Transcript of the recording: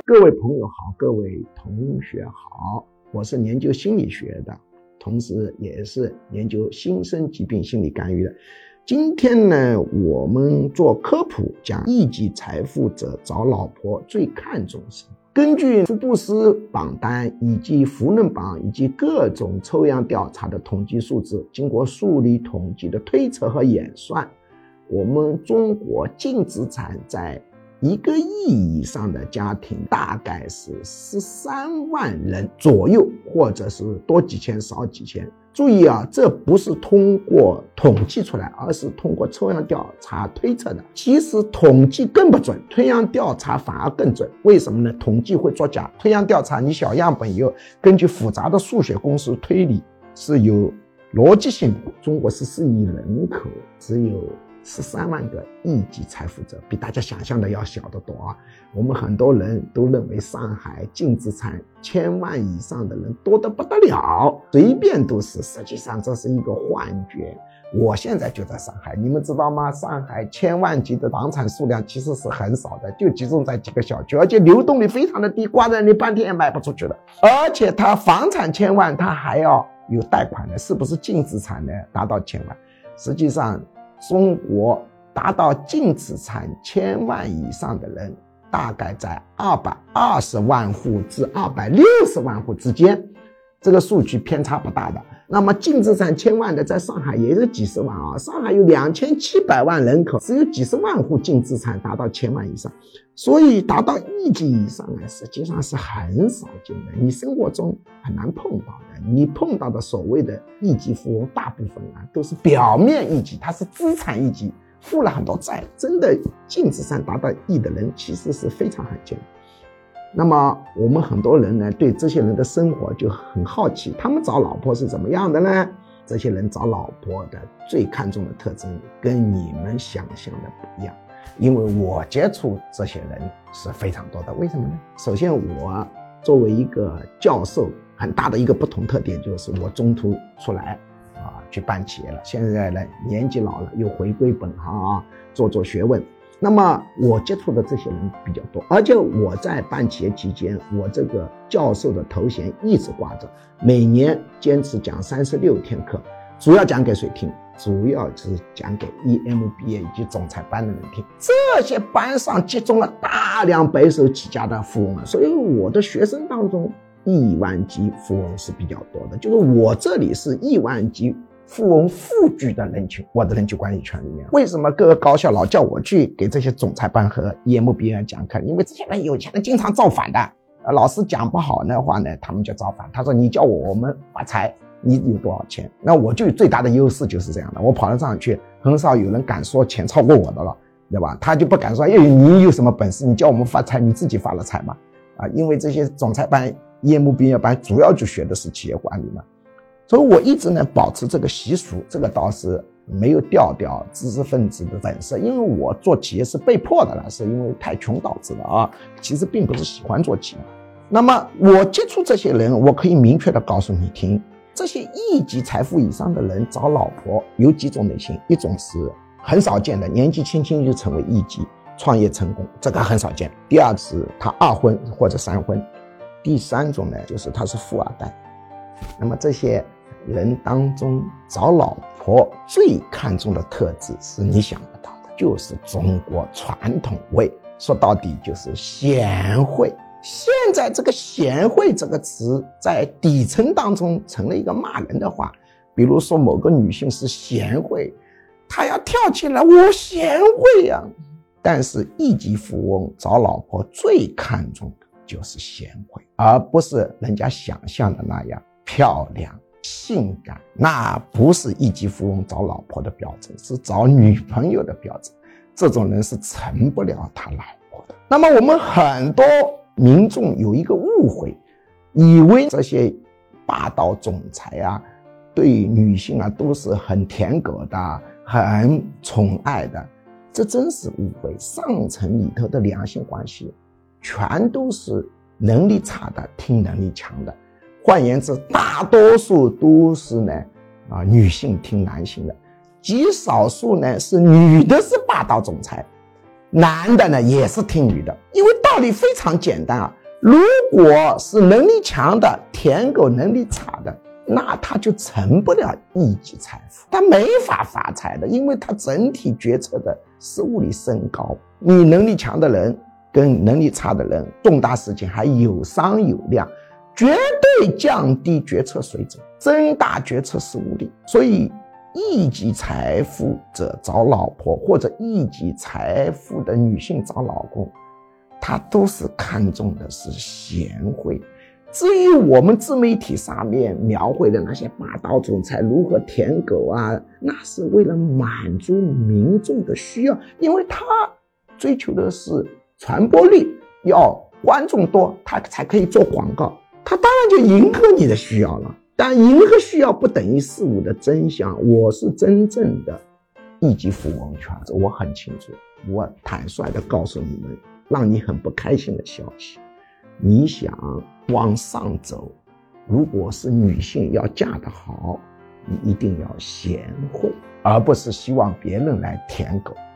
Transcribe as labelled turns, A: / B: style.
A: 各位朋友好，各位同学好，我是研究心理学的，同时也是研究新生疾病心理干预的。今天呢，我们做科普，讲一级财富者找老婆最看重什么。根据福布斯榜单以及福伦榜以及各种抽样调查的统计数字，经过数理统计的推测和演算，我们中国净资产在1个亿以上的家庭大概是13万人左右，或者是多几千少几千。注意啊，这不是通过统计出来，而是通过抽样调查推测的。其实统计更不准，推样调查反而更准。为什么呢？统计会作假，推样调查你小样本以后，根据复杂的数学公式推理是有逻辑性的。中国14亿人口，只有13万个一级财富者，比大家想象的要小得多啊！我们很多人都认为上海净资产1000万以上的人多得不得了，随便都是，实际上这是一个幻觉。我现在就在上海，你们知道吗？上海1000万级的房产数量其实是很少的，就集中在几个小区，而且流动率非常的低，挂在你半天也卖不出去的。而且它房产1000万，它还要有贷款的，是不是净资产呢达到1000万？实际上中国达到净资产1000万以上的人大概在220万户至260万户之间，这个数据偏差不大的。那么净资产1000万的在上海也有几十万啊，上海有2700万人口，只有几十万户净资产达到1000万以上，所以达到1级以上呢，实际上是很少见的，你生活中很难碰到的。你碰到的所谓的1级富翁，大部分都是表面1级，他是资产1级，负了很多债，真的净资产达到1亿的人其实是非常罕见的。那么我们很多人呢，对这些人的生活就很好奇，他们找老婆是怎么样的呢？这些人找老婆的最看重的特征跟你们想象的不一样，因为我接触这些人是非常多的。为什么呢？首先，我作为一个教授，很大的一个不同特点就是我中途出来去办企业了，现在呢年纪老了，又回归本行做学问。那么我接触的这些人比较多，而且我在办企业期间，我这个教授的头衔一直挂着，每年坚持讲36天课，主要讲给谁听？主要是讲给 EMBA 以及总裁班的人听。这些班上集中了大量白手起家的富翁，所以我的学生当中亿万级富翁是比较多的，就是我这里是亿万级富翁富聚的人群，我的人际关系圈里面。为什么各个高校老叫我去给这些总裁班和 EMBA 讲课？因为这些人有钱人经常造反的，老师讲不好的话呢，他们就造反。他说你叫我们发财，你有多少钱？那我就最大的优势就是这样的，我跑到上去，很少有人敢说钱超过我的了，对吧？他就不敢说，你有什么本事？你叫我们发财，你自己发了财嘛？因为这些总裁班、EMBA 班主要就学的是企业管理嘛。所以我一直呢保持这个习俗，这个倒是没有掉知识分子的本色，因为我做企业是被迫的了，是因为太穷导致的其实并不是喜欢做企业。那么我接触这些人，我可以明确的告诉你听，这些1级财富以上的人找老婆有几种类型，一种是很少见的，年纪轻轻就成为1级，创业成功，这个很少见。第二是他2婚或者3婚，第三种呢就是他是富二代。那么这些人当中找老婆最看重的特质是你想不到的，就是中国传统味，说到底就是贤惠。现在这个贤惠这个词在底层当中成了一个骂人的话，比如说某个女性是贤惠，她要跳起来我贤惠呀。但是1级富翁找老婆最看重的就是贤惠，而不是人家想象的那样漂亮性感，那不是1级富翁找老婆的标准，是找女朋友的标准。这种人是成不了他老婆的。那么我们很多民众有一个误会，以为这些霸道总裁对女性都是很舔狗的，很宠爱的，这真是误会。上层里头的良性关系全都是能力差的听能力强的，换言之，大多数都是女性听男性的，极少数是女的是霸道总裁，男的也是听女的。因为道理非常简单啊，如果是能力强的舔狗能力差的，那他就成不了一级财富，他没法发财的，因为他整体决策的失误率升高。你能力强的人跟能力差的人，重大事情还有商有量，绝对降低决策水准，增大决策失误率。所以一级财富者找老婆，或者一级财富的女性找老公，他都是看重的是贤惠。至于我们自媒体上面描绘的那些霸道总裁如何舔狗啊，那是为了满足民众的需要，因为他追求的是传播率，要观众多，他才可以做广告，他当然就迎合你的需要了。但迎合需要不等于事物的真相。我是真正的一级富翁圈子，我很清楚，我坦率地告诉你们，让你很不开心的消息。你想往上走，如果是女性要嫁得好，你一定要贤惠，而不是希望别人来舔狗。